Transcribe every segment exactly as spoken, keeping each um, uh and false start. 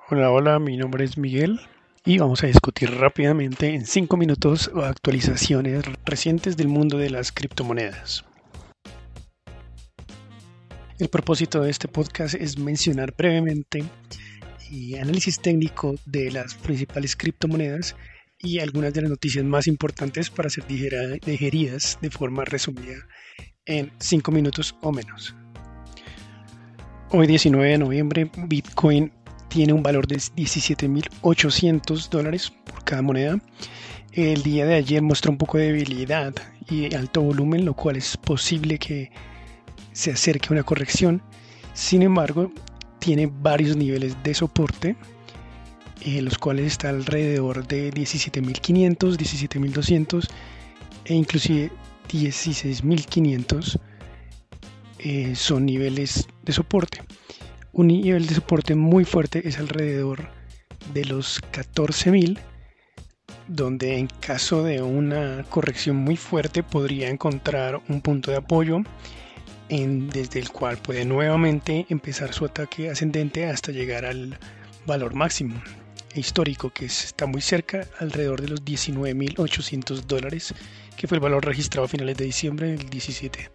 Hola, hola, mi nombre es Miguel y vamos a discutir rápidamente en cinco minutos actualizaciones recientes del mundo de las criptomonedas. El propósito de este podcast es mencionar brevemente y análisis técnico de las principales criptomonedas y algunas de las noticias más importantes para ser digera- digeridas de forma resumida en cinco minutos o menos. Hoy diecinueve de noviembre, Bitcoin tiene un valor de diecisiete mil ochocientos dólares por cada moneda. El día de ayer mostró un poco de debilidad y alto volumen, lo cual es posible que se acerque a una corrección. Sin embargo, tiene varios niveles de soporte, eh, los cuales está alrededor de diecisiete mil quinientos, diecisiete mil doscientos e inclusive dieciséis mil quinientos eh, son niveles de soporte. Un nivel de soporte muy fuerte es alrededor de los catorce mil, donde en caso de una corrección muy fuerte podría encontrar un punto de apoyo en, desde el cual puede nuevamente empezar su ataque ascendente hasta llegar al valor máximo histórico, que está muy cerca, alrededor de los diecinueve mil ochocientos dólares, que fue el valor registrado a finales de diciembre del diecisiete.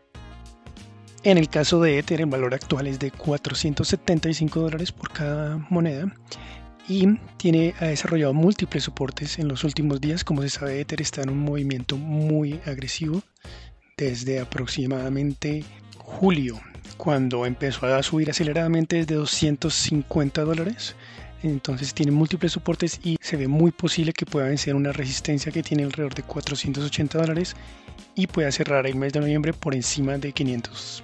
En el caso de Ether, el valor actual es de cuatrocientos setenta y cinco dólares por cada moneda y tiene, ha desarrollado múltiples soportes en los últimos días. Como se sabe, Ether está en un movimiento muy agresivo desde aproximadamente julio, cuando empezó a subir aceleradamente desde doscientos cincuenta dólares. Entonces tiene múltiples soportes y se ve muy posible que pueda vencer una resistencia que tiene alrededor de cuatrocientos ochenta dólares y pueda cerrar el mes de noviembre por encima de quinientos.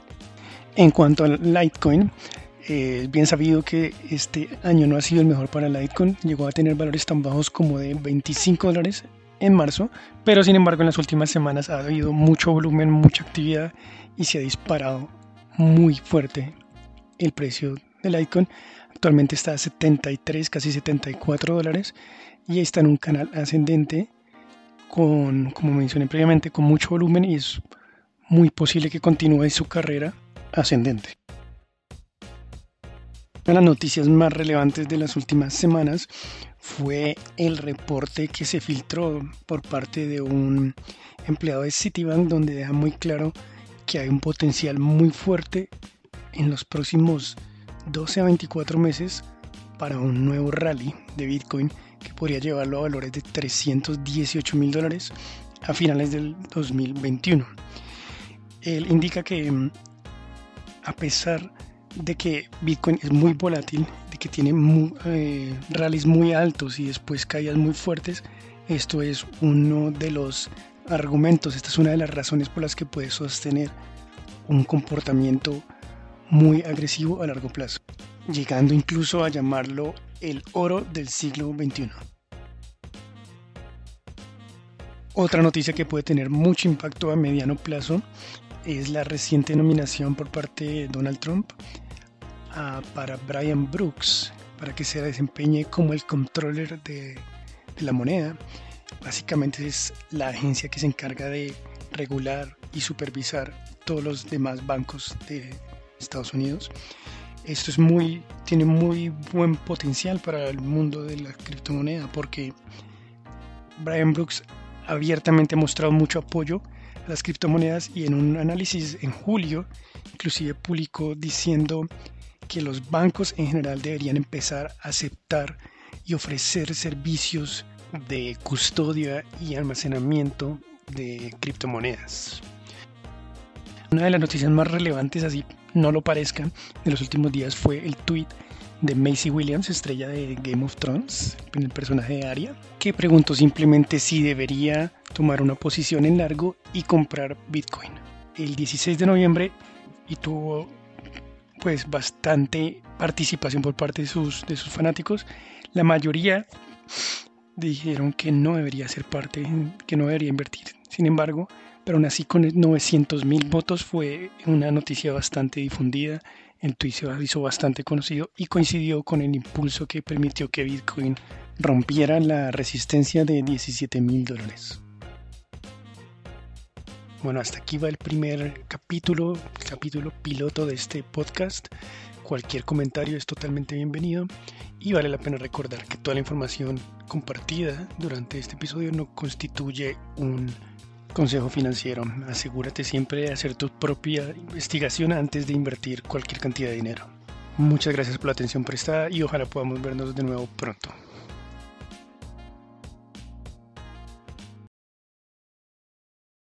En cuanto al Litecoin, eh, es bien sabido que este año no ha sido el mejor para Litecoin. Llegó a tener valores tan bajos como de veinticinco dólares en marzo, pero sin embargo en las últimas semanas ha habido mucho volumen, mucha actividad y se ha disparado muy fuerte el precio de Litecoin. Actualmente está a setenta y tres, casi setenta y cuatro dólares y está en un canal ascendente con, como mencioné previamente, con mucho volumen y es muy posible que continúe su carrera ascendente. Una de las noticias más relevantes de las últimas semanas fue el reporte que se filtró por parte de un empleado de Citibank, donde deja muy claro que hay un potencial muy fuerte en los próximos doce a veinticuatro meses para un nuevo rally de Bitcoin que podría llevarlo a valores de trescientos dieciocho mil dólares a finales del dos mil veintiuno. Él indica que a pesar de que Bitcoin es muy volátil, de que tiene muy, eh, rallies muy altos y después caídas muy fuertes, esto es uno de los argumentos, esta es una de las razones por las que puede sostener un comportamiento muy agresivo a largo plazo, llegando incluso a llamarlo el oro del siglo veintiuno. Otra noticia que puede tener mucho impacto a mediano plazo es la reciente nominación por parte de Donald Trump uh, para Brian Brooks, para que se desempeñe como el controller de, de la moneda. Básicamente es la agencia que se encarga de regular y supervisar todos los demás bancos de Estados Unidos. Esto es muy, tiene muy buen potencial para el mundo de la criptomoneda porque Brian Brooks abiertamente ha mostrado mucho apoyo a las criptomonedas y en un análisis en julio inclusive publicó diciendo que los bancos en general deberían empezar a aceptar y ofrecer servicios de custodia y almacenamiento de criptomonedas. Una de las noticias más relevantes, así no lo parezca, de los últimos días fue el tweet de Maisie Williams, estrella de Game of Thrones, el personaje de Arya, que preguntó simplemente si debería tomar una posición en largo y comprar Bitcoin. El dieciséis de noviembre y tuvo pues bastante participación por parte de sus, de sus fanáticos. La mayoría dijeron que no debería ser parte, que no debería invertir. Sin embargo, pero aún así con novecientos mil votos fue una noticia bastante difundida. El tweet se hizo bastante conocido y coincidió con el impulso que permitió que Bitcoin rompiera la resistencia de diecisiete mil dólares. Bueno, hasta aquí va el primer capítulo, el capítulo piloto de este podcast. Cualquier comentario es totalmente bienvenido y vale la pena recordar que toda la información compartida durante este episodio no constituye un consejo financiero. Asegúrate siempre de hacer tu propia investigación antes de invertir cualquier cantidad de dinero. Muchas gracias por la atención prestada y ojalá podamos vernos de nuevo pronto.